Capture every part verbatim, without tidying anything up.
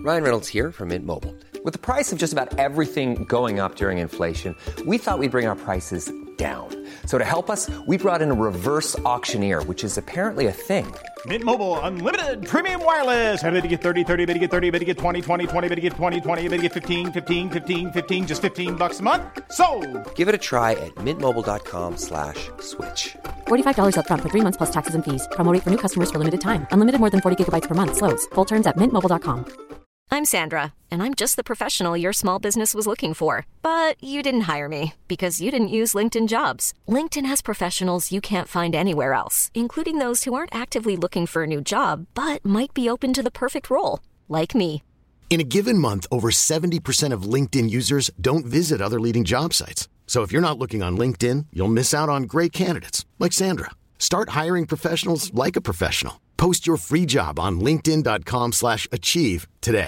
Ryan Reynolds here from Mint Mobile. With the price of just about everything going up during inflation, we thought we'd bring our prices down. So to help us, we brought in a reverse auctioneer, which is apparently a thing. Mint Mobile Unlimited Premium Wireless. How to get thirty, thirty, how to get thirty, how to get twenty, twenty, twenty, how to get twenty, twenty, how to get fifteen, fifteen, fifteen, fifteen, just fifteen bucks a month? Sold! Give it a try at mintmobile.com slash switch. forty-five dollars up front for three months plus taxes and fees. Promo rate for new customers for limited time. Unlimited more than forty gigabytes per month. Slows full terms at mint mobile dot com. I'm Sandra, and I'm just the professional your small business was looking for. But you didn't hire me because you didn't use LinkedIn Jobs. LinkedIn has professionals you can't find anywhere else, including those who aren't actively looking for a new job, but might be open to the perfect role, like me. In a given month, over seventy percent of LinkedIn users don't visit other leading job sites. So if you're not looking on LinkedIn, you'll miss out on great candidates like Sandra. Start hiring professionals like a professional. Post your free job on linkedin.com slash achieve today.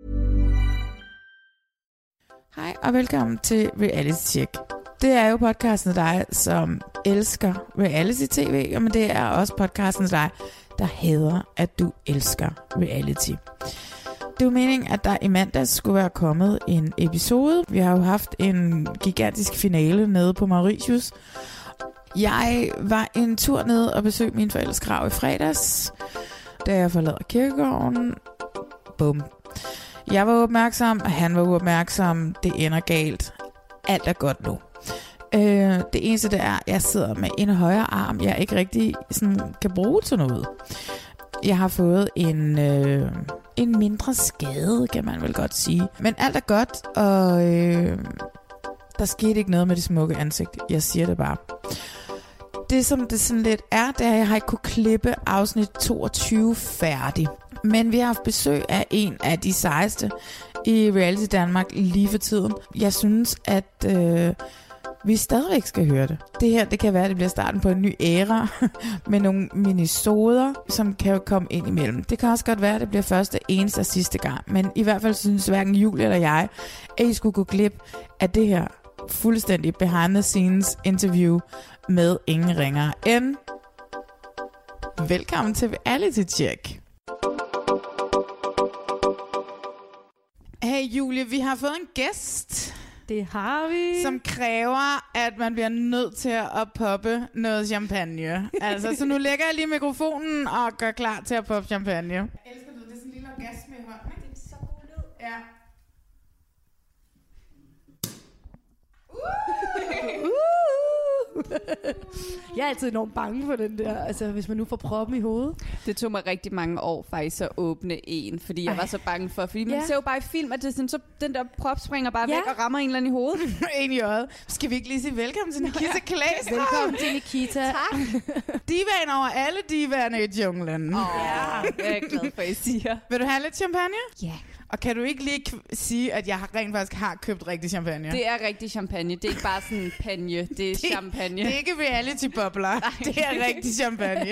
Hej og velkommen til Reality Check. Det er jo podcasten til dig, som elsker reality-tv, men det er også podcasten til dig, der hader, at du elsker reality. Det er jo meningen, at der i mandags skulle være kommet en episode. Vi har jo haft en gigantisk finale nede på Mauritius. Jeg var en tur ned og besøgte min forældres grav i fredags, da jeg forlader kirkegården. Bum. Jeg var uopmærksom, og han var uopmærksom. Det ender galt. Alt er godt nu. Øh, det eneste det er, at jeg sidder med en højre arm, jeg ikke rigtig sådan, kan bruge til noget. Jeg har fået en, øh, en mindre skade, kan man vel godt sige. Men alt er godt, og øh, der skete ikke noget med det smukke ansigt. Jeg siger det bare. Det som det sådan lidt er, det er, at jeg har ikke kunne klippe afsnit toogtyve færdig. Men vi har haft besøg af en af de sejeste i Reality Danmark lige for tiden. Jeg synes, at øh, vi stadigvæk skal høre det. Det her, det kan være, at det bliver starten på en ny æra med nogle minisoder, som kan komme ind imellem. Det kan også godt være, at det bliver første, eneste og sidste gang. Men i hvert fald synes hverken Julie eller jeg, at I skulle gå glip af det her fuldstændig behind the scenes interview med ingen ringer end. Velkommen til Reality Check. Hey Julie, vi har fået en gæst. Det har vi. Som kræver, at man bliver nødt til at poppe noget champagne. Altså, så nu lægger jeg lige mikrofonen og gør klar til at poppe champagne. Jeg elsker det, det er sådan en lille orgasme i hånden, ikke? Det er så god lyd. Ja. Jeg er altid enormt bange for den der, altså hvis man nu får proppen i hovedet. Det tog mig rigtig mange år faktisk at åbne en, fordi jeg Ej. var så bange for, fordi man Ja. ser jo bare i film, at det er sådan, så den der prop springer bare Ja. væk og rammer en eller anden i hovedet. En i øjet. Skal vi ikke lige sige velkommen til Nikita Klæs? Velkommen til Nikita. Tak. Divaen over alle divaerne i junglen. Åh, oh, jeg er glad for, at I siger. Vil du have lidt champagne? Ja. Og kan du ikke lige k- sige, at jeg har rent faktisk har købt rigtig champagne? Det er rigtig champagne. Det er ikke bare sådan panje, det er det, champagne. Det er ikke reality-bobler. Det er rigtig champagne.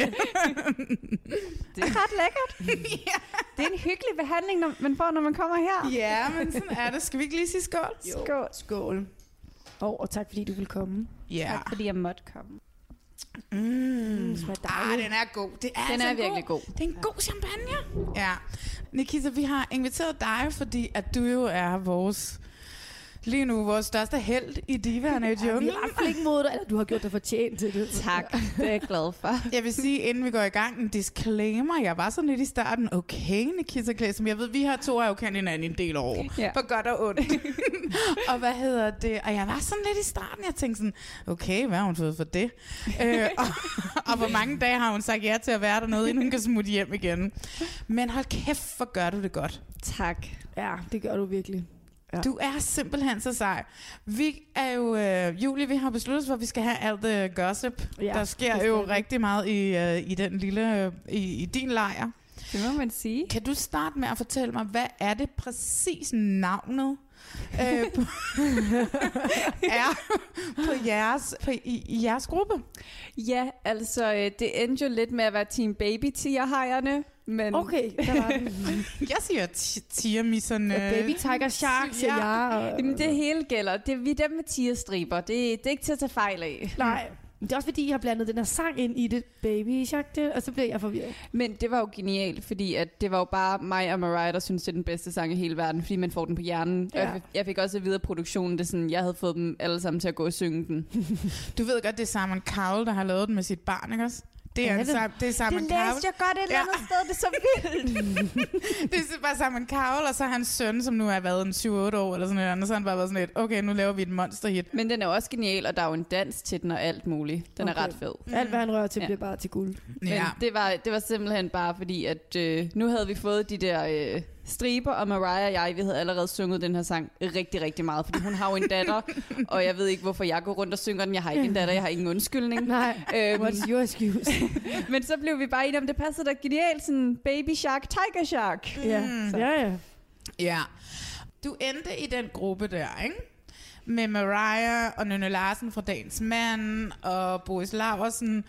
Det er ret lækkert. Ja. Det er en hyggelig behandling, når man får, når man kommer her. Ja, men sådan er det. Skal vi ikke lige sige skål? Jo. Skål. Skål. Og, og tak fordi du vil komme. Ja. Tak fordi jeg måtte komme. Mm. Mm, ah, den er god. Det er den altså er virkelig god. god. Det er en god champagne. Ja. Nikita, vi har inviteret dig, fordi at du jo er vores, lige nu vores største held i divaerne i junglen. Vi er ret flink mod dig, eller du har gjort dig fortjent til det. Tak, det er jeg glad for. Jeg vil sige, inden vi går i gang, en disclaimer. Jeg var sådan lidt i starten, okay, Nikita Klæs, som jeg ved, vi har to har jo kendt hinanden en del år. Ja. På godt og ondt. Og hvad hedder det? Og jeg var sådan lidt i starten, jeg tænkte sådan, okay, hvad har hun fået for det? øh, og, og hvor mange dage har hun sagt ja til at være dernede, inden hun kan smutte hjem igen. Men hold kæft, hvor gør du det godt. Tak. Ja, det gør du virkelig. Ja. Du er simpelthen så sej. Vi er jo, øh, Julie, vi har besluttet os for, at vi skal have alt the gossip. Ja, der sker jo rigtig meget i, øh, i den lille, øh, i, i din lejr. Det må man sige. Kan du starte med at fortælle mig, hvad er det præcis navnet øh, på, er på jeres, på, i, i jeres gruppe? Ja, altså det endte jo lidt med at være Team Baby Tigerhajerne. Men okay, der var den. Jeg siger t- tigermisserne. Baby Tiger Shark, siger ja. jeg. Og... Jamen, det hele gælder. Det, vi er dem med tigerstriber. Det, det er ikke til at tage fejl af. Nej. Det er også fordi, I har blandet den her sang ind i det, Baby Shark, det, og så bliver jeg forvirret. Men det var jo genialt, fordi at det var jo bare mig og Mariah, der synes det er den bedste sang i hele verden, fordi man får den på hjernen. Ja. Jeg, jeg fik også at vide af produktionen, det sådan, jeg havde fået dem alle sammen til at gå og synge den. Du ved godt, det er Simon Cowell, der har lavet den med sit barn, ikke også? Det er, ja, det. En, det er Simon det Cowell. læste jeg godt et eller andet ja. sted, det er så vildt. Det er bare Simon Cowell, og så hans søn, som nu har været en syv otte år, eller sådan noget, og så har han bare været sådan lidt, okay, nu laver vi et monsterhit. Men den er også genial, og der er jo en dans til den og alt muligt. Den okay. er ret fed. Mm. Alt, hvad han rører til, ja. bliver bare til guld. Men ja. det, var, det var simpelthen bare fordi, at øh, nu havde vi fået de der... Øh, striber, og Mariah og jeg, vi havde allerede sunget den her sang rigtig, rigtig meget, fordi hun har jo en datter, og jeg ved ikke, hvorfor jeg går rundt og synger den. Jeg har ikke en datter, jeg har ingen undskyldning. Nej, øhm, what's your excuse? Men så blev vi bare enige om, det passede da genialt, sådan Baby Shark, Tiger Shark. Ja, så. ja, ja. Ja. Du endte i den gruppe der, ikke? Med Mariah og Nynne Larsen fra Dagens Mand, og Boris Laursen.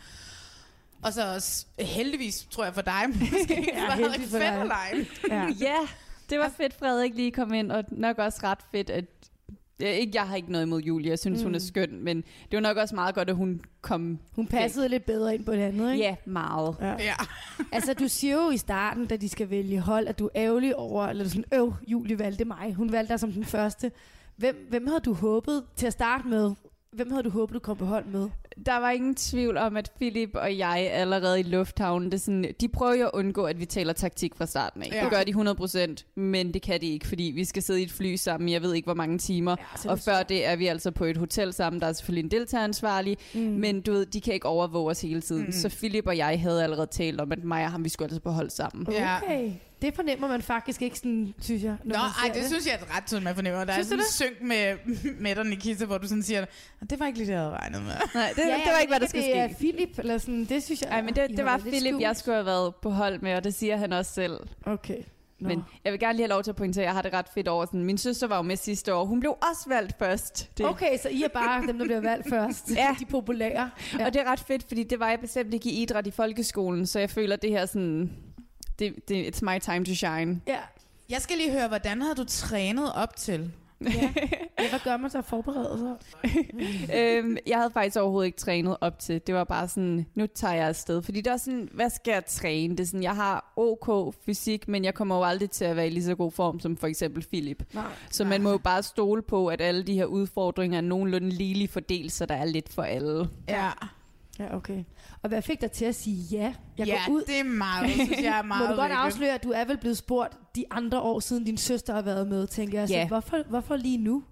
Og så også, heldigvis, tror jeg for dig, måske, ja, Frederik Fetterlein. Ja. ja, det var fedt, Frederik lige kom ind, og nok også ret fedt, at ikke, jeg har ikke noget imod Julie, jeg synes, mm. hun er skøn, men det var nok også meget godt, at hun kom... Hun passede lidt bedre ind på det andet, ikke? Ja, meget. Ja. ja. Altså, du siger jo i starten, da de skal vælge hold, at du er ærgerlig over, eller sådan, øv, Julie valgte mig. Hun valgte dig som den første. Hvem, hvem havde du håbet til at starte med? Hvem havde du håbet, du kom på hold med? Der var ingen tvivl om, at Philip og jeg allerede i lufthavnen, det sådan, de prøver jo at undgå, at vi taler taktik fra starten af. Ja. Det gør de hundrede procent, men det kan de ikke, fordi vi skal sidde i et fly sammen, jeg ved ikke, hvor mange timer. Ja, og før så. det er vi altså på et hotel sammen, der er selvfølgelig en deltageransvarlig, mm. men du ved, de kan ikke overvåge os hele tiden. Mm. Så Philip og jeg havde allerede talt om, at mig og ham, vi skulle altså på hold sammen. Okay. Det fornemmer man faktisk ikke sådan, synes jeg. Nå, ej, det, det synes jeg er ret tydeligt, man fornemmer. Der synes er sådan en synk med, med dig, Nikita, hvor du sådan siger, det var ikke lige det, jeg havde regnet med. Nej, det, ja, det var ikke, hvad der skulle ske. Det er Philip, eller sådan, det synes jeg... Nej, men det, det var Philip, jeg skulle have været på hold med, og det siger han også selv. Okay. Nå. Men jeg vil gerne lige have lov til at pointere, jeg har det ret fedt over. Sådan, min søster var jo med sidste år. Hun blev også valgt først. Det. Okay, så I er bare dem, der bliver valgt først. Ja. De populære. Ja. Og det er ret fedt, fordi det var jeg bestemt ikke i idræt i folkeskolen, så jeg føler, at det her sådan... Det, det, it's my time to shine. Ja. Jeg skal lige høre, hvordan havde du trænet op til? Ja. Ja, hvad gør man så at forberede sig? øhm, jeg havde faktisk overhovedet ikke trænet op til. Det var bare sådan, nu tager jeg afsted. Fordi det er sådan, hvad skal jeg træne? Det er sådan, jeg har OK fysik, men jeg kommer jo aldrig til at være i lige så god form som for eksempel Philip. Nej. Så man må jo bare stole på, at alle de her udfordringer er nogenlunde ligeligt fordelt, så der er lidt for alle. Ja. Ja, okay. Og hvad fik dig til at sige ja? Jeg ja, går ud. Det er meget, synes jeg er meget. Må du godt afsløre, at du er vel blevet spurgt de andre år siden din søster har været med, tænker jeg. Så ja. hvorfor, hvorfor lige nu?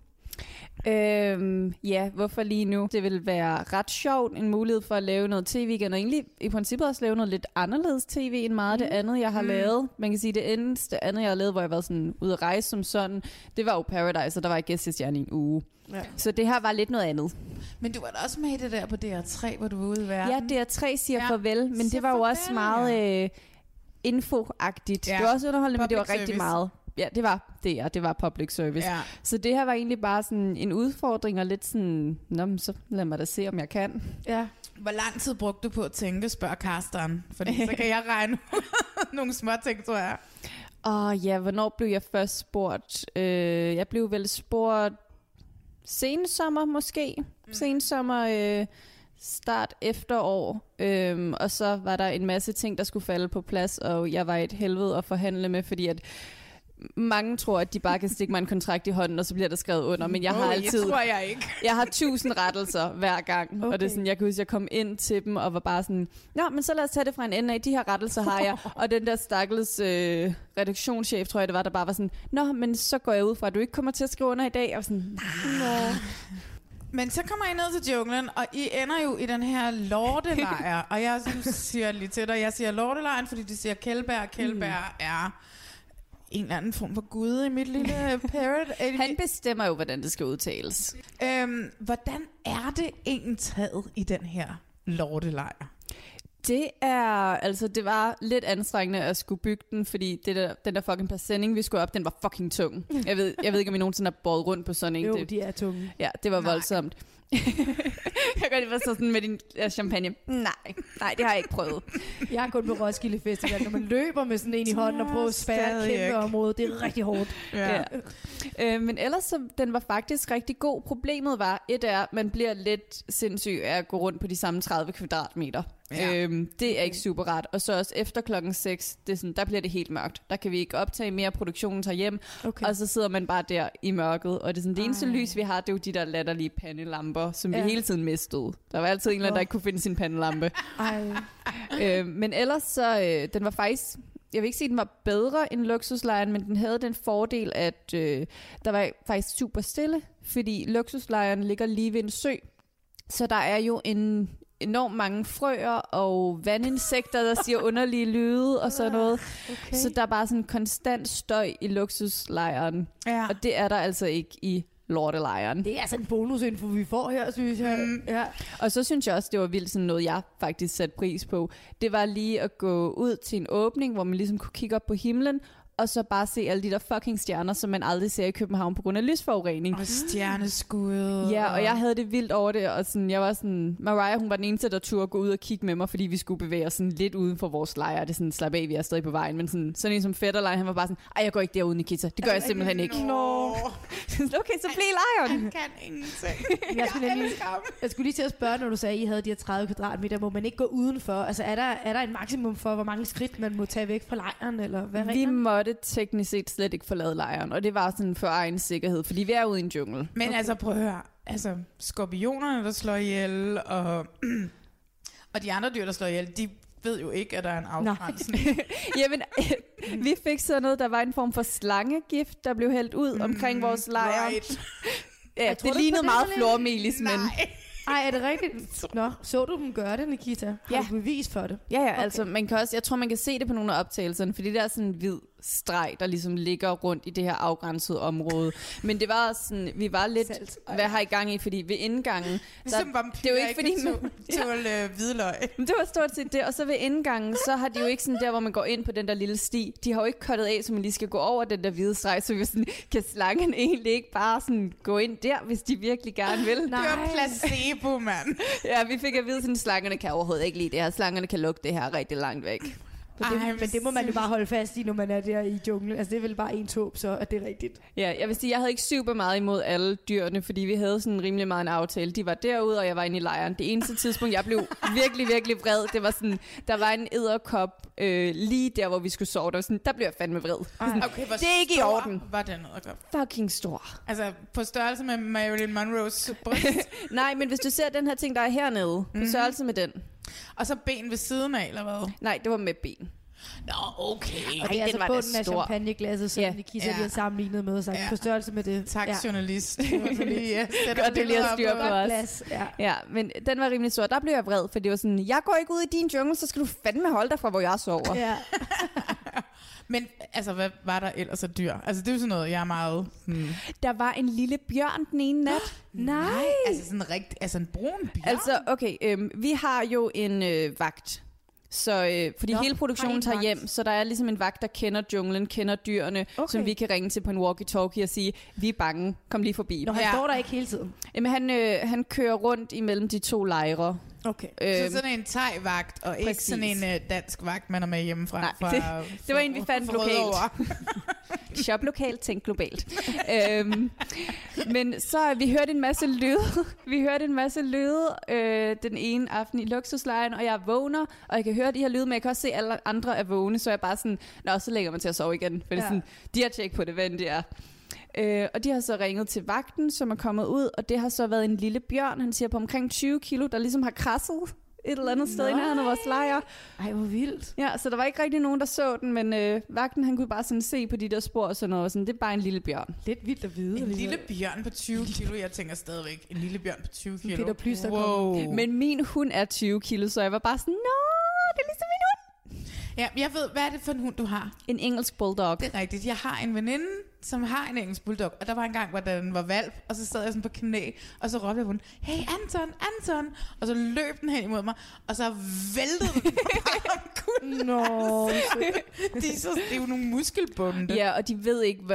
Øhm, ja, hvorfor lige nu? Det vil være ret sjovt, en mulighed for at lave noget tv igen, og egentlig i princippet også lave noget lidt anderledes tv end meget mm. det andet, jeg har mm. lavet. Man kan sige, det eneste andet, jeg har lavet, hvor jeg var sådan ude at rejse som sådan, det var jo Paradise, og der var jeg gæstestjerne i en uge. Ja. Så det her var lidt noget andet. Men du var da også med i det der på D R tre, hvor du var ude i verden. Ja, D R tre siger ja. farvel, men det var jo også meget øh, infoagtigt. Ja. Det var også underholdende, men det var service. Rigtig meget. Ja, det var det, er, det var public service. Ja. Så det her var egentlig bare sådan en udfordring, og lidt sådan, nå, så lad mig da se, om jeg kan. Ja. Hvor lang tid brugte du på at tænke, spørger casteren? Fordi så kan jeg regne nogle små ting, tror jeg. Åh ja, hvornår blev jeg først spurgt? Øh, jeg blev vel spurgt sensommer måske. Mm. Sensommer, øh, start efterår. Øhm, og så var der en masse ting, der skulle falde på plads, og jeg var et helvede at forhandle med, fordi at mange tror, at de bare kan stikke mig en kontrakt i hånden, og så bliver der skrevet under, men jeg oh, har altid... Jeg tror jeg ikke. Jeg har tusind rettelser hver gang, okay. Og det er sådan, jeg kan huske, jeg kom ind til dem, og var bare sådan, nå, men så lad os tage det fra en ende af, de her rettelser har jeg, og den der stakkels øh, redaktionschef, tror jeg det var, der bare var sådan, nå, men så går jeg ud fra, at du ikke kommer til at skrive under i dag, og sådan, nej. Men så kommer I ned til junglen, og I ender jo i den her lortelejr, og jeg siger lige til dig, jeg siger lortelejren, fordi de siger Kjeldberg, Kjeldberg mm. er... en eller anden form for gud i mit lille parrot. Han bestemmer jo, hvordan det skal udtales. Øhm, hvordan er det egentlig taget i den her lortelejr? Det er, altså det var lidt anstrengende at skulle bygge den, fordi det der, den der fucking præsending, vi skulle op, den var fucking tung. Jeg ved, jeg ved ikke, om I nogensinde har båret rundt på sådan en. Jo, det, de er tunge. Ja, det var Nej. voldsomt. Jeg gør det bare sådan med din uh, champagne. Nej, nej, det har jeg ikke prøvet. Jeg har kun på Roskilde Festival, når man løber med sådan en i hånden og prøver at spærre et kæmpe område. Det er rigtig hårdt. Ja. Ja. Øh, men ellers, så, den var faktisk rigtig god. Problemet var, et er, at man bliver lidt sindssyg af at gå rundt på de samme tredive kvadratmeter. Ja. Øhm, det er ikke super rart. Og så også efter klokken seks, det er sådan, der bliver det helt mørkt. Der kan vi ikke optage mere, produktionen tager hjem. Okay. Og så sidder man bare der i mørket. Og det er sådan, det eneste Ej. lys, vi har, det er jo de der latterlige pandelamper, som ja. vi hele tiden mistede. Der var altid en eller anden, der ikke kunne finde sin pandelampe. øh, men ellers så, øh, den var faktisk... Jeg vil ikke sige, at den var bedre end luksuslejren, men den havde den fordel, at øh, der var faktisk super stille, fordi luksuslejren ligger lige ved en sø. Så der er jo en enormt mange frøer og vandinsekter, der siger underlige lyde og sådan noget. Okay. Så der er bare sådan konstant støj i luksuslejren. Ja. Og det er der altså ikke i lortelejren. Det er altså en bonusinfo, vi får her, synes jeg. Mm. Ja. Og så synes jeg også, det var vildt sådan noget, jeg faktisk satte pris på. Det var lige at gå ud til en åbning, hvor man ligesom kunne kigge op på himlen, og så bare se alle de der fucking stjerner, som man aldrig ser i København på grund af lysforurening. Og stjerneskud. Ja, og jeg havde det vildt over det, og sådan, jeg var sådan, Mariah, hun var den eneste, der turde gå ud og kigge med mig, fordi vi skulle bevæge os sådan lidt uden for vores lejr. Det er sådan, slap af, vi er stadig på vejen, men sådan, sådan en som Fætterlejr, han var bare sådan, ej, jeg går ikke derude, Nikita. Det gør jeg simpelthen ikke. No. Okay, så bliv lejren. Han kan ingenting. Jeg skulle, lige, jeg skulle lige til at spørge, når du sagde, at I havde de her tredive kvadratmeter, må man ikke gå udenfor? Altså, er der, er der en maksimum for, hvor mange skridt man må tage væk fra lejren, eller hvad Vi måtte teknisk set slet ikke forlade lejren, og det var sådan for egen sikkerhed, fordi vi er ude i en jungle. Men okay. altså, prøv at høre, altså, skorpionerne, der slår ihjel, og, og de andre dyr, der slår ihjel, de ved jo ikke, at der er en afgrænsning. Jamen, øh, vi fik sådan noget, der var en form for slangegift, der blev hældt ud mm, omkring vores lejr. Right. Ja, det lignede meget flormelis, men... Ej, er det rigtigt? Nå, så du dem gøre det, Nikita? Har ja. du bevis for det? Ja, ja, okay. Altså man kan også, jeg tror man kan se det på nogle af optagelserne, fordi det er sådan en hvid streg, der ligesom ligger rundt i det her afgrænsede område. Men det var sådan, vi var lidt, Salt. Hvad har I gang i? Fordi ved indgangen, der, det er jo ikke fordi man tål ja. øh, hvidløg. Det var stort set det, og så ved indgangen, så har de jo ikke sådan der, hvor man går ind på den der lille sti. De har jo ikke cuttet af, så man lige skal gå over den der hvide streg, så vi sådan, kan slangen egentlig ikke bare sådan gå ind der, hvis de virkelig gerne vil. Nej. Det var placebo, mand. Ja, vi fik at vide, sådan, slangerne kan overhovedet ikke lide det her. Slangerne kan lugte det her rigtig langt væk. Men det, Ej, men det må man jo bare holde fast i, når man er der i junglen. Altså det er vel bare en tåb, så at det er rigtigt. Ja, jeg vil sige, jeg havde ikke super meget imod alle dyrene, fordi vi havde sådan rimelig meget en aftale. De var derude, og jeg var inde i lejren. Det eneste tidspunkt, jeg blev virkelig, virkelig vred, det var sådan, der var en edderkop øh, lige der, hvor vi skulle sove. Der var sådan, der blev jeg fandme vred. Ej, okay, det er ikke i orden. Var den edderkop? Fucking stor. Altså på størrelse med Marilyn Monroes bryst? Nej, men hvis du ser den her ting, der er hernede, på mm-hmm. størrelse med den. Og så ben ved siden af, eller hvad? Nej, det var med ben. Nå, okay. Og det er altså bunden af champagneglasset, som yeah. Nikita lige har sammenlignet med og sagt yeah. på størrelse med det. Tak, ja. journalist. Lige, godt, du lige har styr på os. Ja. ja, men den var rimelig stor. Der blev jeg vred, for det var sådan, jeg går ikke ud i din jungle, så skal du fandme holde dig fra, hvor jeg sover. Ja. Men altså, hvad var der ellers af dyr? Altså, det er jo sådan noget, jeg er meget... Hmm. Der var en lille bjørn den ene nat. Nej. Altså sådan rigtig, altså en brun bjørn? Altså, okay, øhm, vi har jo en øh, vagt. Så øh, fordi Nå, hele produktionen tager hjem, så der er ligesom en vagt, der kender junglen, kender dyrene, okay. som vi kan ringe til på en walkie-talkie og sige, vi er bange, kom lige forbi. Nå, han ja. står der ikke hele tiden? Jamen, han, øh, han kører rundt imellem de to lejre. Okay. Øhm, så sådan en thai-vagt, og ikke præcis. Sådan en øh, dansk vagt, man er med hjemmefra. Nej, fra, det, det var en, vi fandt lokalt. Shop lokalt, tænk globalt. øhm, men så vi hørte en masse lyde. Vi hørte en masse lyde øh, den ene aften i luksuslejren, og jeg vågner, og jeg kan høre de her lyde, men jeg kan også se, at alle andre er vågne, så jeg bare sådan, nå, så lægger man til at sove igen. For ja. Det er sådan, de har tjekket på det, hvad det er. Øh, og de har så ringet til vagten, som er kommet ud, og det har så været en lille bjørn, han siger på omkring tyve kilo, der ligesom har krasset et eller andet sted i nærheden af vores lejr. Ej, hvor vildt. Ja, så der var ikke rigtig nogen, der så den, men øh, vagten, han kunne bare sådan se på de der spor og sådan noget, og sådan, det er bare en lille bjørn. Lidt vildt at vide. En lille bjørn på tyve kilo, jeg tænker stadigvæk, en lille bjørn på tyve kilo. Peter Plys, der wow. Men min hund er tyve kilo, så jeg var bare sådan, nå, det er ligesom min hund. Ja, jeg ved, hvad er det for en hund, du har? En engelsk bulldog. Det er rigtigt. Jeg har en veninde, som har en engelsk bulldog, og der var en gang, hvor den var valp, og så sad jeg sådan på knæ, og så råbte jeg på den, hey Anton, Anton, og så løb den hen imod mig, og så væltede den Nå, de er, så, det er jo nogle muskelbunde. Ja, og de ved ikke, hvad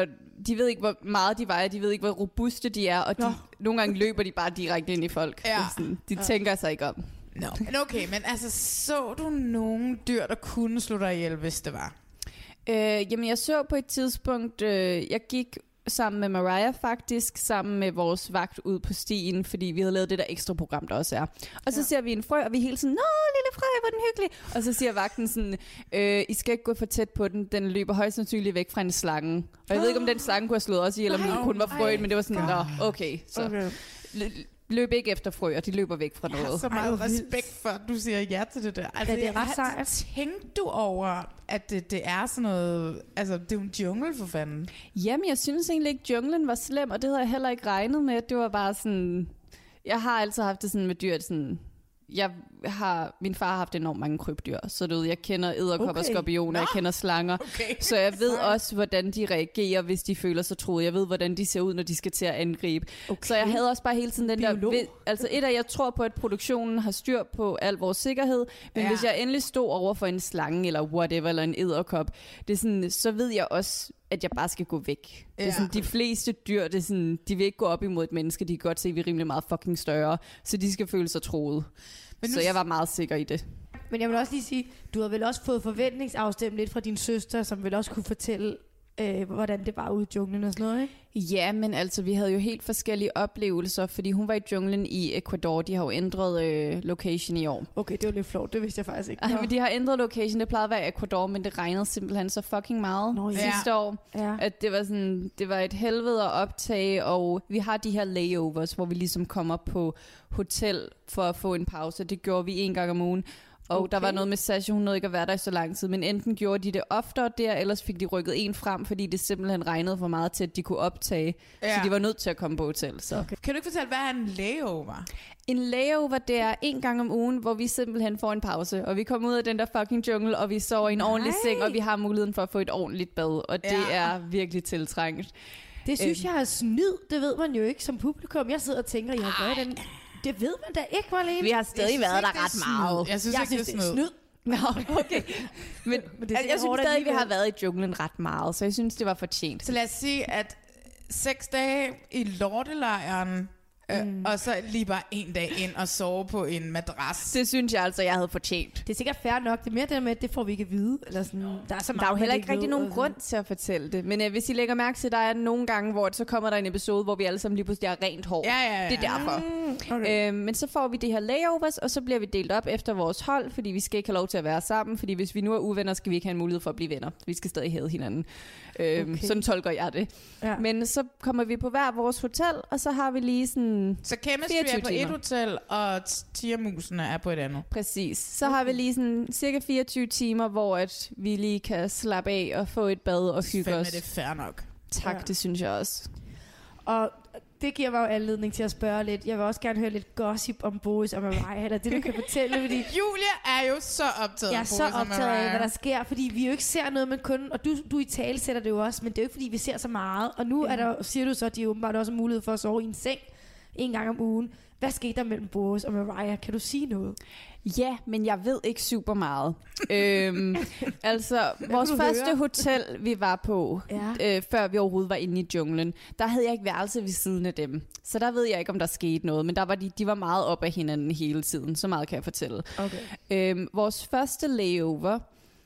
de ved ikke, hvor meget de vejer, de ved ikke, hvor robuste de er, og de, nogle gange løber de bare direkte ind i folk. Ja. Sådan, de ja. tænker sig ikke om. No. Men okay, men altså, så du nogle dyr, der kunne slå dig ihjel, hvis det var? Øh, jamen, jeg så på et tidspunkt, øh, jeg gik sammen med Mariah faktisk, sammen med vores vagt ud på stien, fordi vi havde lavet det der ekstra program, der også er. Og så ja. ser vi en frø, og vi er helt sådan, nå, lille frø, hvor er den hyggelig. Og så siger vagten sådan, øh, I skal ikke gå for tæt på den, den løber højst sandsynligt væk fra en slange. Og jeg ved ikke, om den slange kunne have slået os ihjel, eller om den kun var frøen, men det var sådan, nå, okay, så... Okay. Løb ikke efter frøer, de løber væk fra noget. Jeg har så meget Ej, respekt for, at du siger ja til det der. Altså, ja, det er ret sejt. Tænkte du over, at det, det er sådan noget... Altså, det er jo en jungle for fanden. Jamen, jeg synes egentlig ikke, junglen var slem, og det havde jeg heller ikke regnet med. Det var bare sådan... Jeg har altid haft det sådan med dyr, sådan... Jeg har, min far har haft enormt mange krybdyr, så du ved, jeg kender edderkopper, okay. skorpioner, jeg kender slanger, okay. så jeg ved også, hvordan de reagerer, hvis de føler sig truet. Jeg ved, hvordan de ser ud, når de skal til at angribe. Okay. Så jeg havde også bare hele tiden den Biolog. der... Ved, altså et af, jeg tror på, at produktionen har styr på al vores sikkerhed, men ja. hvis jeg endelig stod over for en slange, eller whatever, eller en edderkop, det er sådan, så ved jeg også, at jeg bare skal gå væk. Ja. Det er sådan, de fleste dyr, det er sådan, de vil ikke gå op imod et menneske, de kan godt se, at vi er rimelig meget fucking større, så de skal føle sig truet. Nu... Så jeg var meget sikker i det. Men jeg vil også lige sige, du har vel også fået forventningsafstemt lidt fra din søster, som vil også kunne fortælle, øh, hvordan det var ude i junglen og sådan noget, ikke? Ja, men altså, vi havde jo helt forskellige oplevelser, fordi hun var i junglen i Ecuador. De har jo ændret øh, location i år. Okay, det var lidt flot, det vidste jeg faktisk ikke. Ej, men de har ændret location, det plejede at være Ecuador, men det regnede simpelthen så fucking meget Nå, ja. sidste år. Ja. At det var sådan, det var et helvede at optage, og vi har de her layovers, hvor vi ligesom kommer på hotel for at få en pause. Det gjorde vi en gang om ugen. Og okay. der var noget med Sasha, hun nåede ikke at være der i så lang tid, men enten gjorde de det oftere der, ellers fik de rykket en frem, fordi det simpelthen regnede for meget til, at de kunne optage. Ja. Så de var nødt til at komme på hotel. Så. Okay. Kan du ikke fortælle, hvad er en layover? En layover, det er en gang om ugen, hvor vi simpelthen får en pause, og vi kommer ud af den der fucking jungle, og vi sover i en Nej. ordentlig seng, og vi har muligheden for at få et ordentligt bad, og det ja. er virkelig tiltrængt. Det synes jeg er snyd, det ved man jo ikke som publikum. Jeg sidder og tænker, jeg har den... Det ved man da ikke, Marlene. Vi har stadig været der ret meget. Jeg synes jeg ikke, det er snyd. Nå, okay. Men, men det altså, jeg synes stadig, vi har været i junglen ret meget, så jeg synes, det var fortjent. Så lad os sige, at seks dage i lortelejren, øh, mm. og så lige bare en dag ind og sove på en madras. Det synes jeg altså, jeg havde fortjent. Det er sikkert fair nok. Det er mere det med, at det får vi ikke at vide. Eller sådan, der er, så meget, der er jo heller ikke rigtig nogen grund til at fortælle det. Men øh, hvis I lægger mærke til, der er nogle gange, hvor så kommer der en episode, hvor vi alle sammen lige pludselig har rent hår. Ja, ja, ja. Det er derfor. Mm, okay. øh, men så får vi det her layovers, og så bliver vi delt op efter vores hold, fordi vi skal ikke have lov til at være sammen. Fordi hvis vi nu er uvenner, skal vi ikke have en mulighed for at blive venner. Vi skal stadig hade hinanden. Øh, okay. Sådan tolker jeg det. Ja. Men så kommer vi på hver vores hotel, og så har vi lige sådan... Så chemistry er på et hotel, og tiermusene er på et andet. Præcis. Så okay. har vi lige sådan cirka fireogtyve timer, hvor at vi lige kan slappe af og få et bad og hygge os. Det er fair nok. Tak, ja. Det synes jeg også. Og det giver mig jo anledning til at spørge lidt. Jeg vil også gerne høre lidt gossip om Boris og Mariah, eller det du kan fortælle, fordi... Julia er jo så optaget jeg af Boris og Mariah. Jeg er så optaget af, hvad der sker, fordi vi jo ikke ser noget med kun... Og du, du i tale sætter det jo også, men det er jo ikke, fordi vi ser så meget. Og nu er der, siger du så, at de åbenbart også har mulighed for at sove i en seng en gang om ugen. Hvad skete der mellem Boris og Mariah? Kan du sige noget? Ja, men jeg ved ikke super meget. øhm, altså, vores første høre? hotel, vi var på, ja. øh, før vi overhovedet var inde i junglen, der havde jeg ikke værelse ved siden af dem. Så der ved jeg ikke, om der skete noget. Men der var de, de var meget op af hinanden hele tiden. Så meget kan jeg fortælle. Okay. Øhm, vores første layover,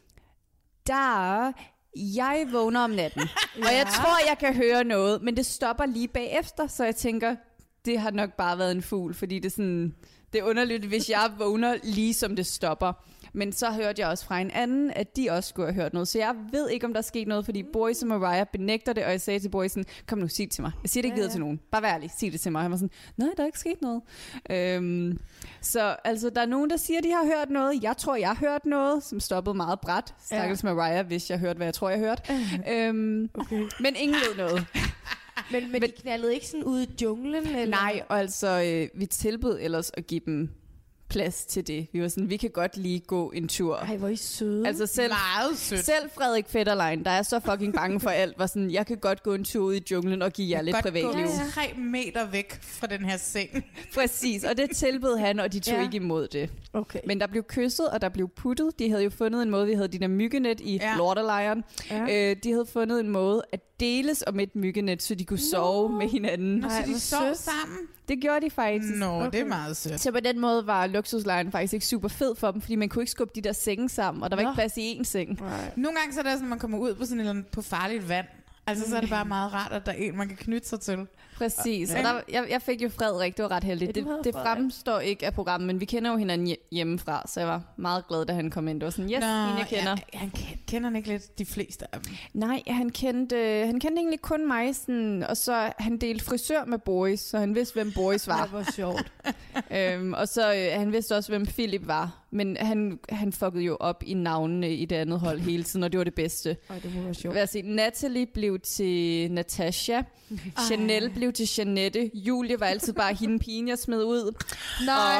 der... Jeg vågner om natten, ja. og jeg tror, jeg kan høre noget, men det stopper lige bagefter, så jeg tænker, det har nok bare været en fugl, fordi det er sådan, det er underligt, hvis jeg vågner lige som det stopper. Men så hørte jeg også fra en anden, at de også skulle have hørt noget. Så jeg ved ikke, om der er sket noget, fordi Boris og Mariah benægter det, og jeg sagde til Boris sådan, kom nu, sig det til mig. Jeg siger det ikke videre ja, ja. til nogen. Bare vær ærlig, sig det til mig. Han var sådan, nej, der er ikke sket noget. Øhm, så altså, der er nogen, der siger, de har hørt noget. Jeg tror, jeg har hørt noget, som stoppede meget bræt. Stakkels ja. Mariah, hvis jeg hørte, hvad jeg tror, jeg hørte. øhm, okay. Men ingen ved noget. Men, men de knaldede ikke sådan ude i junglen? Eller? Nej, og altså, øh, vi tilbød ellers at give dem plads til det. Vi var sådan, vi kan godt lige gå en tur. Ej, hvor er I søde. Altså selv, Meget sødt. selv Frederik Fetterlein, der er så fucking bange for alt, var sådan, jeg kan godt gå en tur ud i junglen og give jer lidt privatliv. Jeg kan godt gå tre meter væk fra den her seng. Præcis, og det tilbød han, og de tog Ja. ikke imod det. Okay. Men der blev kysset, og der blev puttet. De havde jo fundet en måde, vi havde de der myggenet i Ja. lortelejren. Ja. Øh, de havde fundet en måde at deles om et myggenet, så de kunne sove med hinanden. Nå, så Ej, de hvor sov sødt. sammen? Det gjorde de faktisk. Nå, Okay. det er meget sødt. Så på den måde var luksuslejren faktisk ikke super fed for dem, fordi man kunne ikke skubbe de der senge sammen, og der var Nå. ikke plads i én seng. Nej. Nogle gange så er det sådan, at man kommer ud på sådan et eller andet på farligt vand. Altså, så er det bare meget rart, at der er en, man kan knytte sig til. Præcis. Ja. Og der, jeg, jeg fik jo Frederik, det var ret heldigt. Ja, du Det, havde det Frederik. fremstår ikke af programmet, men vi kender jo hinanden hje- hjemmefra, så jeg var meget glad, da han kom ind. Det var sådan, yes, Nå, jeg kender. Ja, han kender, kender han ikke lidt de fleste af dem. Nej, han kendte, øh, han kendte egentlig kun mig, sådan, og så han delte frisør med Boris, så han vidste, hvem Boris var. Det var sjovt. øhm, og så øh, han vidste også, hvem Philip var. Men han, han fuckede jo op i navnene i det andet hold hele tiden, og det var det bedste. Ej, det må være sjovt. Hvad jeg sige, Natalie blev til Natasha, Chanel blev til Jeanette, Julie var altid bare hende pigen, jeg smed ud. Nej. Og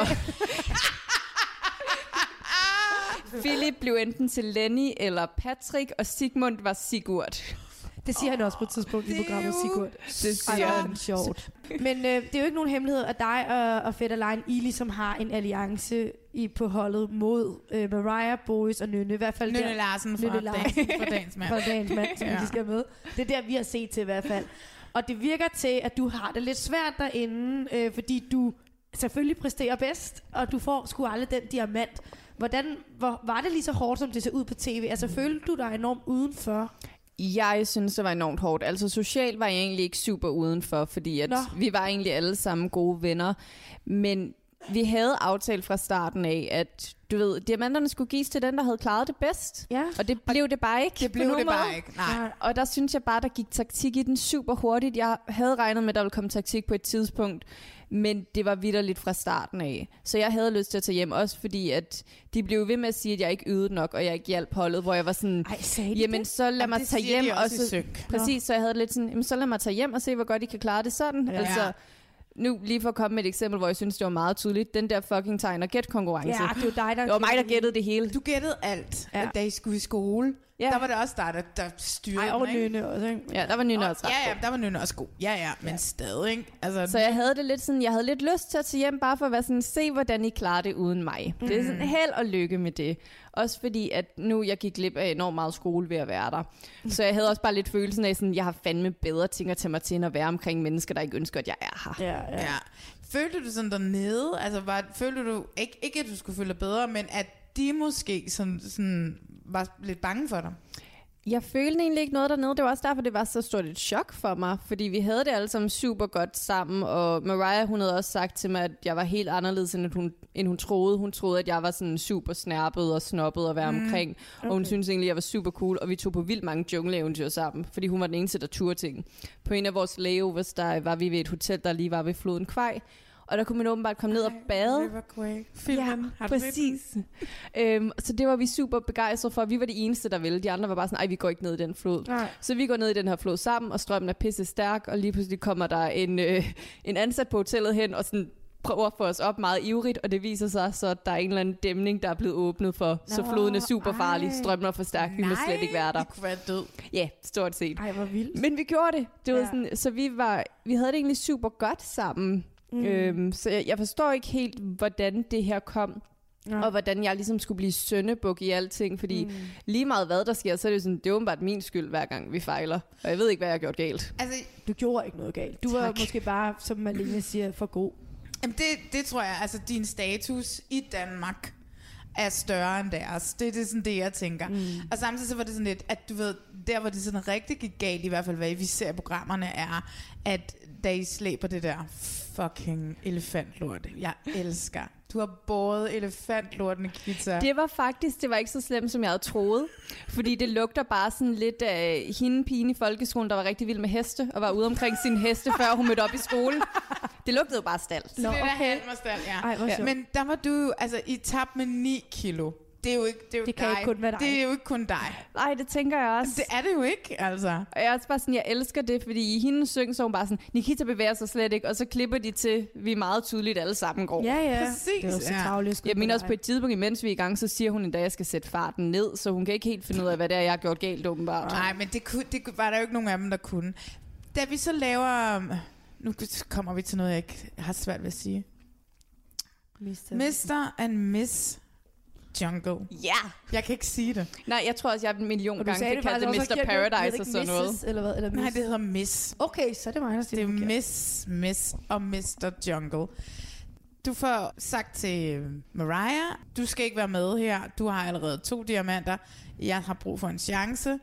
Philip blev enten til Lenny eller Patrick, og Sigmund var Sigurd. Det siger han også på et tidspunkt i programmet, Sigurd. Det Ej, siger hvor er han. det sjovt. Men øh, det er jo ikke nogen hemmelighed, at dig og, og Fetterlein, I ligesom har en alliance i, på holdet mod øh, Mariah, Boris og Nynne. I hvert fald Nynne der, Larsen fra, Nynne Larsen. Dagens, fra Dagens Mand. fra dagens mand, som Ja. ja. de skal med. Det er der, vi har set til i hvert fald. Og det virker til, at du har det lidt svært derinde, øh, fordi du selvfølgelig præsterer bedst, og du får sgu aldrig den diamant. Hvordan, hvor, var det lige så hårdt, som det ser ud på tv? Altså, følte du dig enormt udenfor? Jeg synes, det var enormt hårdt. Altså socialt var jeg egentlig ikke super udenfor, fordi at Nå. vi var egentlig alle sammen gode venner. Men vi havde aftalt fra starten af, at du ved, diamanterne skulle gives til den, der havde klaret det bedst. Ja. Og det blev det bare ikke. Det på blev nogen det bare måde. ikke. Nej. Og der synes jeg bare, der gik taktik i den super hurtigt. Jeg havde regnet med, at der ville komme taktik på et tidspunkt, men det var vitterligt fra starten af. Så jeg havde lyst til at tage hjem, også fordi at de blev ved med at sige, at jeg ikke ydede nok, og jeg ikke hjalp holdet, hvor jeg var sådan, Ej, sagde de jamen det? så lad Jamen, mig det tage siger hjem. de også i så, synk. præcis, så jeg havde lidt sådan, jamen så lad mig tage hjem og se, hvor godt I kan klare det sådan. Ja. Altså, nu lige for at komme med et eksempel, hvor jeg synes, det var meget tydeligt. Den der fucking tegn og gæt konkurrence. Ja, det var dig, der... Det var mig, der gættede det hele. Du gættede alt, Ja. ja. da I skulle i skole. Ja. Ja. Der var det også dig, der, der styrede Ej, og den, ikke? Nynne også, ikke? Ja, der var Nynne også ret Ja, god. ja, der var Nynne også god. Ja, ja, men ja. stadig, ikke? Altså, Så jeg havde det lidt sådan, jeg havde lidt lyst til at tage hjem, bare for at være sådan, se hvordan I klarer det uden mig. Mm. Det er sådan held og lykke med det. Også fordi, at nu jeg gik glip af enormt meget skole ved at være der. Så jeg havde også bare lidt følelsen af sådan, jeg har fandme bedre ting at tage mig til, end at være omkring mennesker, der ikke ønsker, at jeg er her. Ja, ja. ja. Følte du sådan dernede, altså var, følte du, ikke, ikke at du skulle føle dig bedre, men at de måske sådan, sådan, var lidt bange for dig? Jeg følte egentlig ikke noget dernede. Det var også derfor, det var så stort et chok for mig. Fordi vi havde det alle sammen super godt sammen. Og Mariah, hun havde også sagt til mig, at jeg var helt anderledes, end hun, end hun troede. Hun troede, at jeg var sådan super snærpet og snobbet at være mm. omkring. Og hun syntes egentlig, at jeg var super cool. Og vi tog på vildt mange jungleeventyr sammen. Fordi hun var den eneste, der turde ting. På en af vores layovers, der var vi ved et hotel, der lige var ved floden Kwai. Og der kunne man åbenbart komme ned og bade. River Quake. Filmen. Ja, Har du set præcis. øhm, så det var vi super begejstrede for. Vi var de eneste, der ville. De andre var bare sådan, ej, vi går ikke ned i den flod. Nej. Så vi går ned i den her flod sammen, og strømmen er pisse stærk, og lige pludselig kommer der en, øh, en ansat på hotellet hen, og sådan prøver at få os op meget ivrigt, og det viser sig så, at der er en eller anden dæmning, der er blevet åbnet for, så Nå, floden er super farlig, ej. strømmen er for stærk, vi må slet ikke være der. I kunne være død. Ja, stort set. Ej, hvor vildt. Men vi gjorde det. det var Ja. sådan, så vi, var, vi havde det egentlig super godt sammen. Mm. Øhm, så jeg, jeg forstår ikke helt, hvordan det her kom. Ja. Og hvordan jeg ligesom skulle blive søndebuk i alting. Fordi mm. lige meget hvad der sker, så er det jo sådan, det er åbenbart min skyld, hver gang vi fejler. Og jeg ved ikke, hvad jeg har gjort galt. Altså, Du gjorde ikke noget galt. Du var Tak. måske bare, som Malene siger, for god. jamen det, det tror jeg, altså din status i Danmark er større end deres. Det er det, sådan det, jeg tænker. Mm. Og samtidig så var det sådan lidt, at du ved, der hvor det sådan rigtig gik galt, i hvert fald hvad vi ser i programmerne, er, at da I slæber det der fucking elefantlort. Jeg elsker. Du har båret elefantlorten i Kita. Det var faktisk, det var ikke så slemt, som jeg havde troet. Fordi det lugter bare sådan lidt af hende pigen i folkeskolen, der var rigtig vild med heste, og var ude omkring sine heste, før hun mødte op i skolen. Det lugtede jo bare stald. Så det der halm og stald, ja. Ej, hvor sjovt. Men der var du jo, altså I tabte med ni kilo Det er jo ikke, det er jo Det kan dig. ikke kun være dig. Det er jo ikke kun dig. Nej, det tænker jeg også. Det er det jo ikke, altså. Og jeg er også bare sådan, jeg elsker det, fordi i hendes syng, så er hun bare sådan, Nikita bevæger sig slet ikke, og så klipper de til, vi meget tydeligt alle sammen går. Ja, ja. Præcis, Det er jo så ja. travligt. Jeg mener også på et tidspunkt, imens vi er i gang, så siger hun endda, at jeg skal sætte farten ned, så hun kan ikke helt finde ud af, hvad det er, jeg har gjort galt, åbenbart. Nej, men det, kunne, det var der jo ikke nogen af dem, der kunne. Da vi så laver... Nu kommer vi til noget, jeg ikke har svært ved at sige. mister mister and Miss Jungle. Ja! Jeg kan ikke sige det. Nej, jeg tror også, jeg har en million gange fik kaldt det mister Paradise og sådan noget. Eller hvad? Eller Nej, miss? det hedder Miss. Okay, så er det mig, der Det siger er forkert. Miss, Miss og mister Jungle. Du får sagt til Mariah, du skal ikke være med her. Du har allerede to diamanter. Jeg har brug for en chance.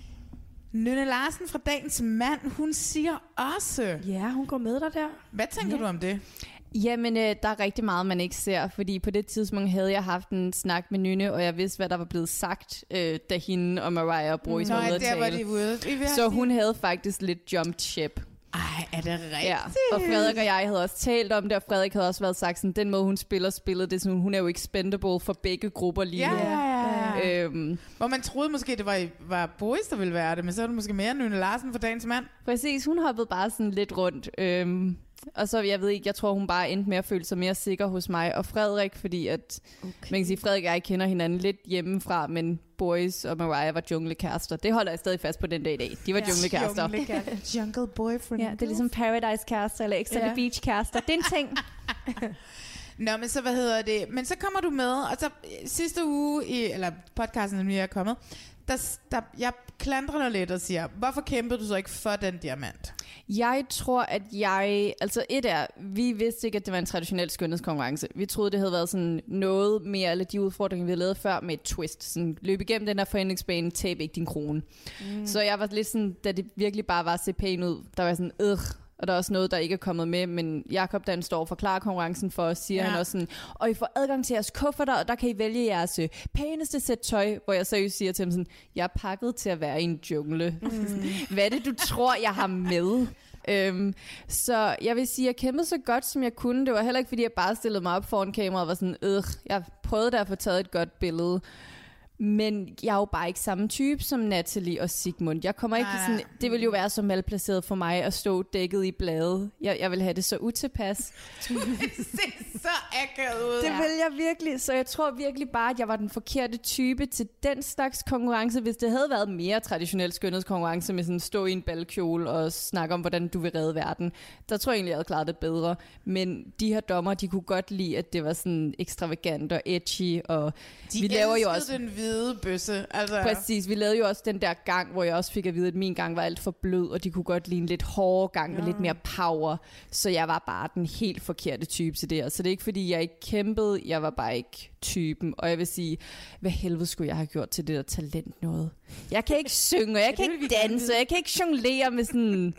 Nynne Larsen fra Dagens Mand, hun siger også. Ja, hun går med dig der. Hvad tænker Ja. du om det? Jamen, øh, der er rigtig meget, man ikke ser, fordi på det tidspunkt havde jeg haft en snak med Nynne, og jeg vidste, hvad der var blevet sagt, øh, da hende og Mariah og Boris var ude at der var tale. de ude. Så hun havde faktisk lidt jumped ship. Ej, er det rigtigt? Ja, og Frederik og jeg havde også talt om det, og Frederik havde også været sagt sådan, den måde hun spiller spillet, det er sådan, hun er jo expendable for begge grupper lige Ja, nu. ja, ja. Øhm, Hvor man troede måske, det var, var Boris, der ville være det, men så er det måske mere Nynne Larsen fra Dagens Mand. præcis, hun hoppede bare sådan lidt rundt. Øhm, og så, jeg ved ikke, jeg tror, hun bare endte med at føle sig mere sikker hos mig og Frederik, fordi at, okay. man kan sige, Frederik og jeg kender hinanden lidt hjemmefra, men Boris og Mariah var junglekærester. Det holder jeg stadig fast på den dag i dag. De var ja, junglekærester. Jungle, jungle boyfriend. Ja, det er ligesom Paradise-kærester eller Ex on Ja. the Beach-kærester. Det er en ting. Nå, men så hvad hedder det? Men så kommer du med, og så sidste uge, i, eller podcasten, som jeg er kommet, der, der, jeg klandrer dig lidt og siger, hvorfor kæmpede du så ikke for den diamant? Jeg tror, at jeg... Altså et er, vi vidste ikke, at det var en traditionel skønhedskonkurrence. Vi troede, det havde været sådan noget mere, eller de udfordringer, vi havde lavet før med et twist. Sådan, løb igennem den her forhindringsbane, tab ikke din krone. Mm. Så jeg var lidt sådan, da det virkelig bare var at se pæn ud, der var jeg sådan, øh. Og der er også noget, der ikke er kommet med, men Jakob, der står og forklarer konkurrencen for os, siger ja. han også sådan, og I får adgang til jeres kufferter, og der kan I vælge jeres øh, pæneste sæt tøj, hvor jeg seriøst siger til ham sådan, jeg er pakket til at være i en jungle. Mm. Hvad er det, du tror, jeg har med? Øhm, så jeg vil sige, at jeg kæmpede så godt, som jeg kunne. Det var heller ikke, fordi jeg bare stillede mig op foran kameraet og var sådan, øh, jeg prøvede da at få taget et godt billede. Men jeg er jo bare ikke samme type som Natalie og Sigmund. Jeg kommer ikke sådan, det vil jo være så malplaceret for mig at stå dækket i blade. Jeg, jeg vil have det så utilpas. Det ser så akavet ud. Det vil jeg virkelig. Så jeg tror virkelig bare, at jeg var den forkerte type til den slags konkurrence. Hvis det havde været mere traditionel skønhedskonkurrence med sådan stå i en balkjole og snakke om, hvordan du vil redde verden, der tror jeg egentlig, jeg havde klaret det bedre. Men de her dommer, de kunne godt lide, at det var sådan ekstravagant og edgy. Og de vi laver jo også den hvide bøsse. Altså. Præcis, vi lavede jo også den der gang, hvor jeg også fik at vide, at min gang var alt for blød, og de kunne godt lide en lidt hårdere gang med ja. lidt mere power. Så jeg var bare den helt forkerte type til det. Så det er ikke, fordi jeg ikke kæmpede, jeg var bare ikke typen. Og jeg vil sige, hvad helvede skulle jeg have gjort til det der talent noget? Jeg kan ikke synge, og jeg kan ikke danse, og jeg kan ikke jonglere med sådan...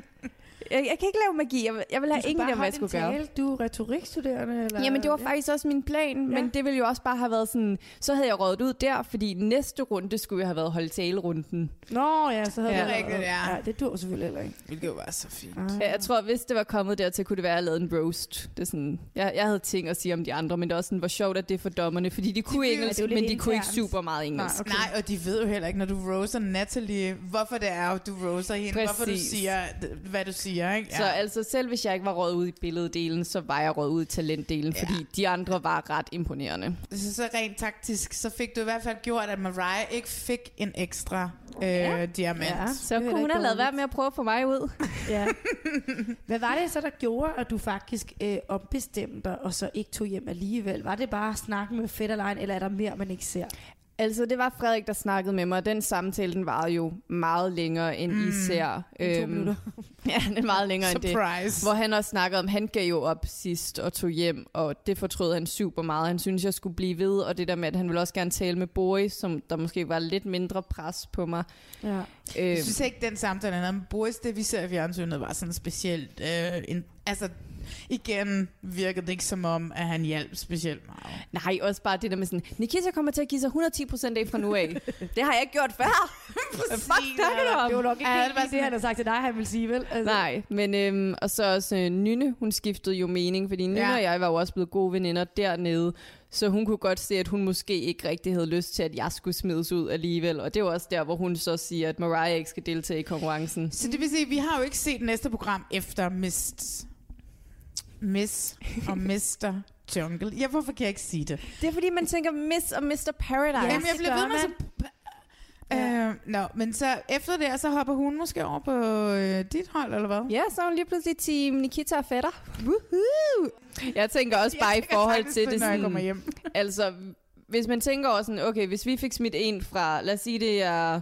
Jeg, jeg kan ikke lave magi. Jeg vil, jeg vil have ingen idé om, hvad jeg skulle gøre. Du er retorikstuderende? Eller? Jamen, det var faktisk også min plan, ja. Men det ville jo også bare have været sådan... Så havde jeg rådet ud der, fordi næste runde skulle jeg have været holdt talerunden. Nå ja, så havde ja, det rigtigt, ja. ja. Det dur selvfølgelig heller ikke. Hvilket var så fint. Ah. Ja, jeg tror, hvis det var kommet dertil, kunne det være, at jeg lavede en roast. Det er sådan, jeg, jeg havde ting at sige om de andre, men det var også sådan, hvor sjovt, at det er for dommerne, fordi de kunne de engelsk, men de internt. kunne ikke super meget engelsk. Nej, okay. Nej, og de ved jo heller ikke, når du roaster Natalie, hvorfor det er, du roaster hende, Præcis. Hvorfor du siger, hvad du siger, ikke? Ja. Så altså, selv hvis jeg ikke var råd ud i billeddelen, så var jeg råd ud i talentdelen, ja. Fordi de andre var ret imponerende. Så, så rent taktisk, så fik du i hvert fald gjort, at Mariah ikke fik en ekstra øh, ja. diamant. Ja, så kunne hun have lavet være med at prøve at få mig ud. Ja. Hvad var det så, der gjorde, at du faktisk øh, ombestemte dig, og så ikke tog hjem alligevel? Var det bare at snakke med Fetterlein, eller er der mere, man ikke ser? Altså, det var Frederik, der snakkede med mig, og den samtale, den varede jo meget længere, end mm. I ser. To minutter. Ja, den er meget længere Surprise. end det. Hvor han også snakkede om, han gav jo op sidst og tog hjem, og det fortrød han super meget. Han synes jeg skulle blive ved, og det der med, at han ville også gerne tale med Boris, som der måske var lidt mindre pres på mig. Ja. Øh. Jeg synes ikke, den samtale, han havde med Boris, det vi ser i fjernsynet, var sådan specielt... Øh, en, altså, Igen virkede det ikke som om, at han hjalp specielt meget. Nej, også bare det der med sådan, Nikita kommer til at give sig et hundrede og ti procent af fra nu af. Det har jeg ikke gjort før. Fuck, snakker du om? Det var nok ikke Ja, ja, det var det, det, han har sagt til dig, han vil sige, vel? Altså. Nej, men øhm, og så også øh, Nynne, hun skiftede jo mening, fordi Nynne Ja. og jeg var jo også blevet gode veninder dernede, så hun kunne godt se, at hun måske ikke rigtig havde lyst til, at jeg skulle smides ud alligevel, og det var også der, hvor hun så siger, at Mariah ikke skal deltage i konkurrencen. Så det vil sige, at vi har jo ikke set næste program efter Mist, Miss og mister Jungle. Ja, hvorfor kan jeg ikke sige det? Det er fordi, man tænker Miss og mister Paradise. Ja. Jamen, jeg det bliver gør ved med så... Ja. Øh, Nå, men så efter det, så hopper hun måske over på øh, dit hold, eller hvad? Ja, så er hun lige pludselig team Nikita og Fætter. Woohoo! Jeg tænker også bare i forhold til det når jeg kommer sådan, hjem. altså, hvis man tænker over sådan, okay, hvis vi fik smidt en fra, lad os sige det er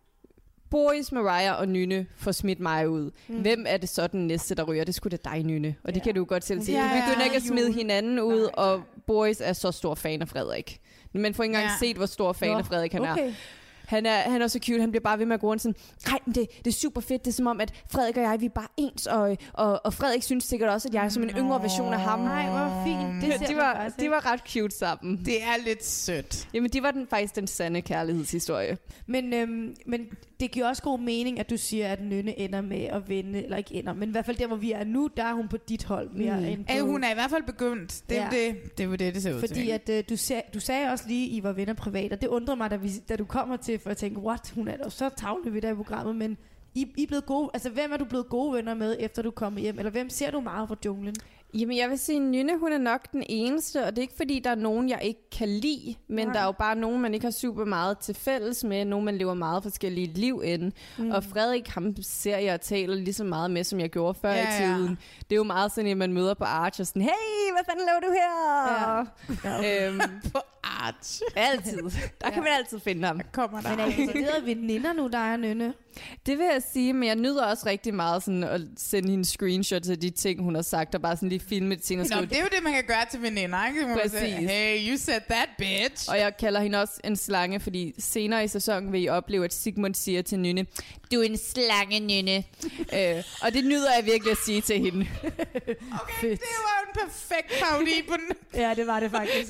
Boris, Mariah og Nynne får smidt mig ud. Mm. Hvem er det så den næste, der ryger? Det skulle da dig, Nynne. Og det Ja. kan du godt selv sige. Ja, Vi begynder ikke at smide Jul. hinanden ud, Nej, og Boris er så stor fan af Frederik. Man får ikke engang Ja. set, hvor stor fan Nå, af Frederik han er. okay. Han er, han er så cute, han bliver bare ved med at gå rundt sådan, nej, men det, det er super fedt, det er som om, at Frederik og jeg, vi er bare ens, og, og, og Frederik synes sikkert også, at jeg er som en yngre version af ham. Nej, hvor fint. Det Ja, ser de, man var, faktisk de ikke. var ret cute sammen. Det er lidt sødt. Jamen, de var den, faktisk den sande kærlighedshistorie. Men, øhm, men det giver også god mening, at du siger, at Nynne ender med at vinde, eller ikke ender, men i hvert fald der, hvor vi er nu, der er hun på dit hold mere mm. end på... Øh, hun er i hvert fald begyndt. Det er Ja. ja. det, det, er jo det, det ser ud til. Fordi at, øh, du, sag, du sagde også lige, I var venner privat, og det undrede mig, da, vi, da du kommer til, for at tænke, what, hun er da så tavlig ved der i programmet, men I, I er blevet gode, altså hvem er du blevet gode venner med, efter du kommer hjem, eller hvem ser du meget fra junglen? Jamen, jeg vil sige, Nynne, hun er nok den eneste, og det er ikke fordi, der er nogen, jeg ikke kan lide, men Nej. der er jo bare nogen, man ikke har super meget til fælles med, nogen, man lever meget forskellige liv inden. Mm. Og Frederik, ham ser jeg og taler lige så meget med, som jeg gjorde før Ja, i tiden. ja. Det er jo meget sådan, at man møder på Arch og sådan, hey, hvad fanden laver du her? Ja. Øhm, På Arch. altid. Der kan man altid finde ham. Kommer der. Men er I decideret veninder nu, der er Nynne? Det vil jeg sige, men jeg nyder også rigtig meget sådan at sende hende screenshots af de ting, hun har sagt, og bare sådan lige filme de ting og Nå, skrive. det er jo det, man kan gøre til veninder, ikke? Man Præcis. sige, hey, you said that, bitch. Og jeg kalder hende også en slange, fordi senere i sæsonen vil I opleve, at Sigmund siger til Nynne, du er en slange, Nynne. øh, og det nyder jeg virkelig at sige til hende. Okay, det var jo en perfekt parodi på den. Ja, det var det faktisk.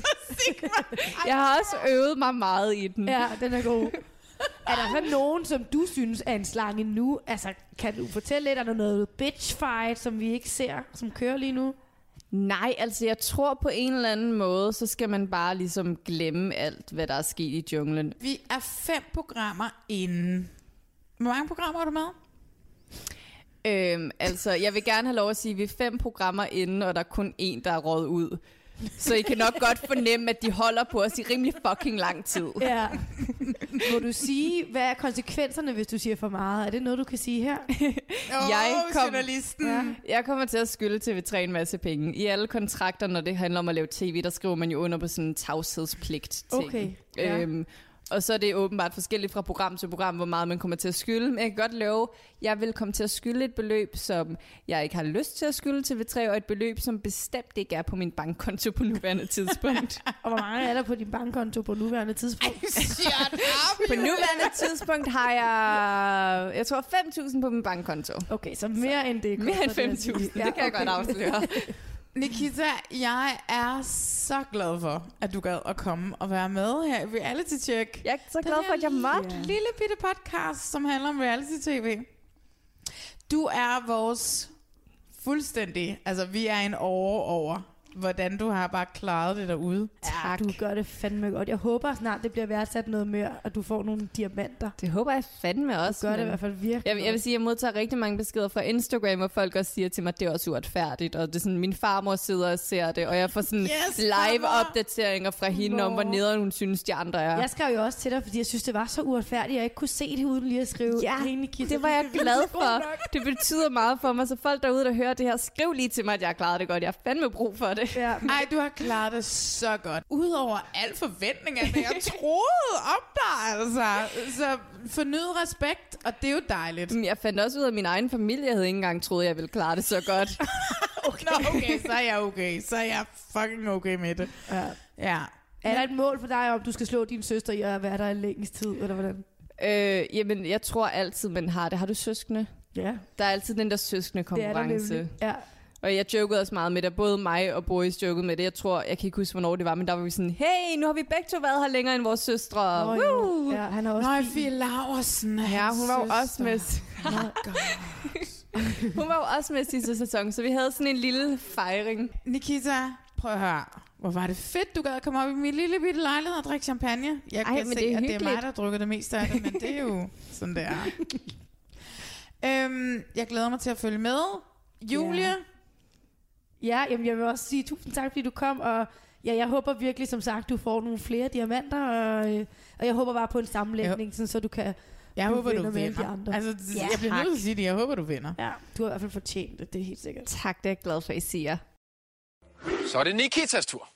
Jeg har også øvet mig meget i den. Ja, den er god. Er der så nogen, som du synes er en slange nu? Altså, kan du fortælle lidt, er der noget bitch fight, som vi ikke ser, som kører lige nu? Nej, altså jeg tror på en eller anden måde, så skal man bare ligesom glemme alt, hvad der er sket i junglen. Vi er fem programmer inden. Hvor mange programmer er du med? Øhm, altså, jeg vil gerne have lov at sige, at vi er fem programmer inden, og der er kun én, der er røget ud. Så I kan nok godt fornemme, at de holder på os i rimelig fucking lang tid. Ja. Må du sige, hvad er konsekvenserne, hvis du siger for meget? Er det noget, du kan sige her? Åh, Jeg kom- journalisten. Ja. Jeg kommer til at skylde T V tre en masse penge. I alle kontrakter, når det handler om at lave tv, der skriver man jo under på sådan en tavshedspligt-ting. Okay, ja. Øhm, og så er det åbenbart forskelligt fra program til program, hvor meget man kommer til at skylde. Men jeg kan godt love, jeg vil komme til at skylde et beløb, som jeg ikke har lyst til at skylde T V tre, og et beløb, som bestemt ikke er på min bankkonto på nuværende tidspunkt. Og hvor mange er der på din bankkonto på nuværende tidspunkt? Shut up. På nuværende tidspunkt har jeg, jeg tror, fem tusind på min bankkonto. Okay, så mere end det. Mere end koster fem at sige. tusind, det kan jeg godt afsløre. Nikita, jeg er så glad for, at du gad at komme og være med her i Reality Check. Jeg er så glad for, at jeg måtte. Ja. Lille bitte podcast, som handler om reality-tv. Du er vores fuldstændig, altså vi er en over over, hvordan du har bare klaret det derude. Ja, du gør det fandme godt. Jeg håber snart, det bliver værdsat noget mere, og du får nogle diamanter. Det håber jeg fandme også. Du gør det i men- hvert fald virkelig Jeg, jeg vil sige, at jeg modtager rigtig mange beskeder fra Instagram, hvor folk også siger til mig, at det er også uretfærdigt. Og det er sådan, min farmor sidder og ser det, og jeg får sådan Yes, live-opdateringer fra hende Nå. om, hvor nederen hun synes, de andre er. Jeg skrev jo også til dig, fordi jeg synes, det var så uretfærdigt, at jeg ikke kunne se det uden lige at skrive. Ja, "Hey, Nikita, det var jeg du er glad så god for. nok." Det betyder meget for mig, så folk derude, der hører det her, skriv lige til mig, at jeg har klaret det godt. Jeg har fandme brug for det. Ja, Ej, du har klaret det så godt. Udover al forventning af, hvad jeg troede om dig, altså. Så fornyet respekt, og det er jo dejligt. Men Jeg fandt også ud af, at min egen familie jeg havde ikke engang troet, at jeg ville klare det så godt. Okay. Nå, okay, så er jeg okay. Så er jeg fucking okay med det. ja. Ja. Er der et mål for dig, om du skal slå din søster i at være der i længst tid, eller hvordan? øh, jamen, jeg tror altid, man har det. Har du søskende? Ja, Der er altid den der søskende det er der konkurrence. nemlig. Ja. Og jeg jokede også meget med det. Både mig og Boris jokede med det. Jeg tror, jeg kan ikke huske, hvornår det var, men der var vi sådan, hey, nu har vi begge to været her længere end vores søstre. Nå, Woo! ja, han er også Nå, Fie Laursen. Ja, hun var jo også med. Oh, Hun var jo også med sidste sæson, så vi havde sådan en lille fejring. Nikita, prøv at høre. Hvor var det fedt, du gad at komme op i min lille bitte lejlighed og drikke champagne. Jeg Ej, kan men se, det er at det er hyggeligt. mig, der drukker det meste af det, men det er jo sådan, det er. øhm, jeg glæder mig til at følge med. Julie? Ja. Ja, jamen, jeg vil også sige tusind tak, fordi du kom, og ja, jeg håber virkelig, som sagt, du får nogle flere diamanter, og, øh, og jeg håber bare på en sammenlægning, sådan, så du kan... Jeg du håber, du vinder med alle de vinder. andre. Altså, Ja, jeg bliver tak. nødt til at sige det. Jeg håber, du vinder. Ja, du har i hvert fald fortjent det, det er helt sikkert. Tak, det er jeg glad for, I siger. Så er det Nikitas tur.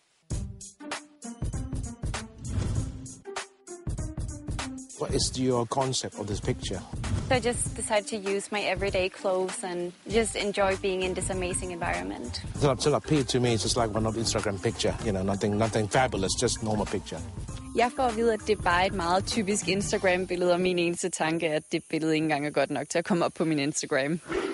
What is your concept of this picture? So I just decided to use my everyday clothes and just enjoy being in this amazing environment. Till, till appeal to me, it's just like one of the Instagram picture. You know, nothing, nothing fabulous, just normal picture. Jeg får at vide, at det er bare et meget typisk Instagram-billede, og min eneste tanke er, at det billede ikke engang er godt nok til at komme op på min Instagram.